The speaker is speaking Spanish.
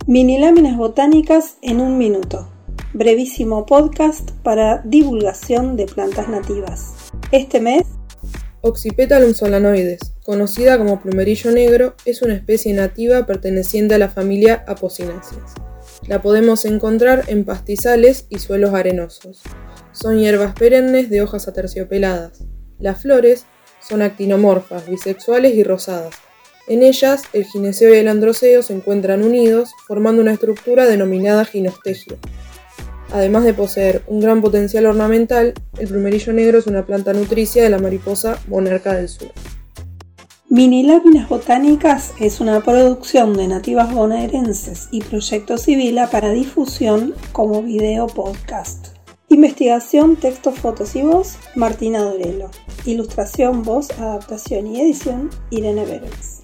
Mini láminas botánicas en un minuto. Brevísimo podcast para divulgación de plantas nativas. Este mes, Oxypetalum solanoides, conocida como plumerillo negro, es una especie nativa perteneciente a la familia Apocynaceae. La podemos encontrar en pastizales y suelos arenosos. Son hierbas perennes de hojas aterciopeladas. Las flores son actinomorfas, bisexuales y rosadas. En ellas, el gineceo y el androceo se encuentran unidos, formando una estructura denominada ginostegio. Además de poseer un gran potencial ornamental, el plumerillo negro es una planta nutricia de la mariposa monarca del sur. Mini láminas botánicas es una producción de Nativas Bonaerenses y Proyecto Sibila para difusión como video podcast. Investigación, textos, fotos y voz, Martina Dorelo. Ilustración, voz, adaptación y edición, Irene Berens.